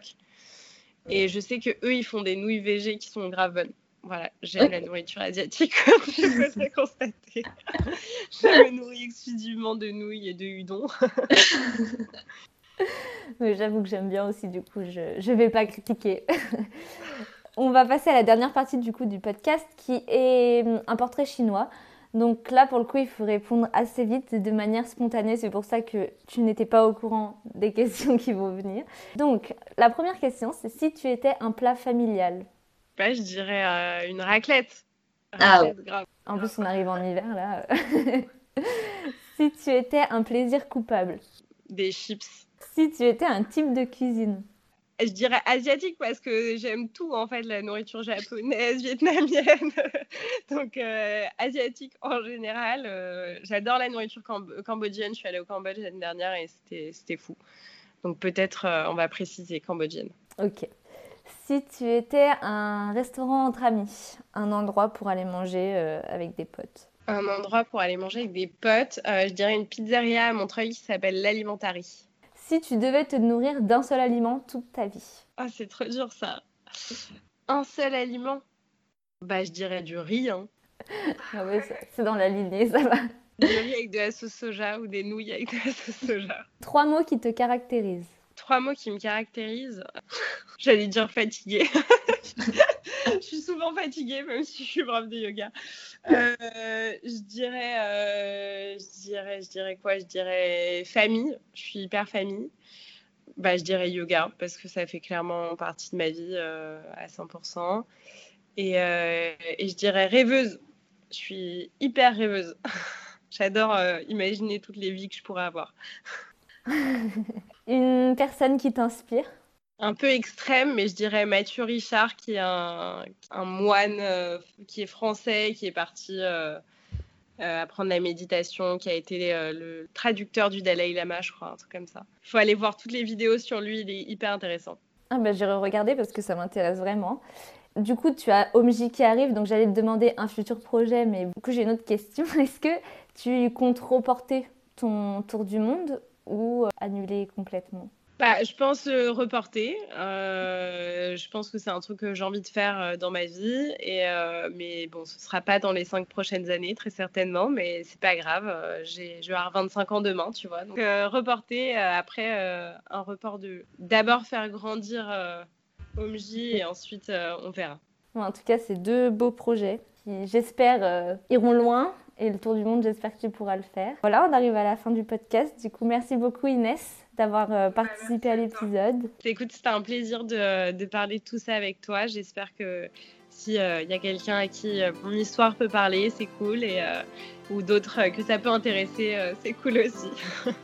Et je sais que eux, ils font des nouilles végé qui sont grave bonnes. Voilà, j'aime la nourriture asiatique, comme je peux le constater. Je me nourris exclusivement de nouilles et de udon. Mais j'avoue que j'aime bien aussi, du coup, je je vais pas critiquer. On va passer à la dernière partie du coup du podcast qui est un portrait chinois. Donc là, pour le coup, il faut répondre assez vite, de manière spontanée. C'est pour ça que tu n'étais pas au courant des questions qui vont venir. Donc, la première question, c'est si tu étais un plat familial. Bah, je dirais euh, une raclette. Ah Raclette, grave. En plus, on arrive en hiver là. Si tu étais un plaisir coupable. Des chips. Si tu étais un type de cuisine. Je dirais asiatique parce que j'aime tout en fait, la nourriture japonaise, vietnamienne, donc euh, asiatique en général. Euh, j'adore la nourriture camb- cambodgienne, je suis allée au Cambodge l'année dernière et c'était, c'était fou. Donc peut-être euh, on va préciser cambodgienne. Ok. Si tu étais un restaurant entre amis, un endroit pour aller manger euh, avec des potes. Un endroit pour aller manger avec des potes, euh, je dirais une pizzeria à Montreuil qui s'appelle l'Alimentari. Si tu devais te nourrir d'un seul aliment toute ta vie. Ah, c'est trop dur ça. Un seul aliment? Bah, je dirais du riz, hein. Ah ouais, c'est c'est dans la lignée, ça va. Du riz avec de la sauce soja ou des nouilles avec de la sauce soja. Trois mots qui te caractérisent. Trois mots qui me caractérisent. J'allais dire fatiguée. Je suis souvent fatiguée, même si je suis prof de yoga. Euh, je dirais, euh, je dirais, je dirais quoi? Je dirais famille. Je suis hyper famille. Bah, je dirais yoga parce que ça fait clairement partie de ma vie euh, à cent pour cent. Et, euh, et je dirais rêveuse. Je suis hyper rêveuse. J'adore euh, imaginer toutes les vies que je pourrais avoir. Une personne qui t'inspire? Un peu extrême, mais je dirais Mathieu Richard, qui est un, un moine euh, qui est français, qui est parti euh, euh, apprendre la méditation, qui a été euh, le traducteur du Dalai Lama, je crois, un truc comme ça. Il faut aller voir toutes les vidéos sur lui, il est hyper intéressant. Ah bah, j'irai regarder parce que ça m'intéresse vraiment. Du coup, tu as Omji qui arrive, donc j'allais te demander un futur projet, mais du coup, j'ai une autre question. Est-ce que tu comptes reporter ton tour du monde ou annuler complètement? Bah, je pense euh, reporter. Euh, je pense que c'est un truc que j'ai envie de faire euh, dans ma vie. Et, euh, mais bon, ce sera pas dans les cinq prochaines années, très certainement. Mais c'est pas grave. Euh, j'ai, je vais avoir vingt-cinq ans demain, tu vois. Donc, euh, reporter. Euh, après, euh, un report de. D'abord faire grandir euh, Omji et ensuite, euh, on verra. Bon, en tout cas, c'est deux beaux projets qui, j'espère, euh, iront loin. Et le tour du monde, j'espère que tu pourras le faire. Voilà, on arrive à la fin du podcast. Du coup, merci beaucoup Inès d'avoir euh, participé à l'épisode. Écoute, c'était un plaisir de, de parler de tout ça avec toi. J'espère que s'il euh, y a quelqu'un à qui euh, mon histoire peut parler, c'est cool. Et, euh, ou d'autres euh, que ça peut intéresser, euh, c'est cool aussi.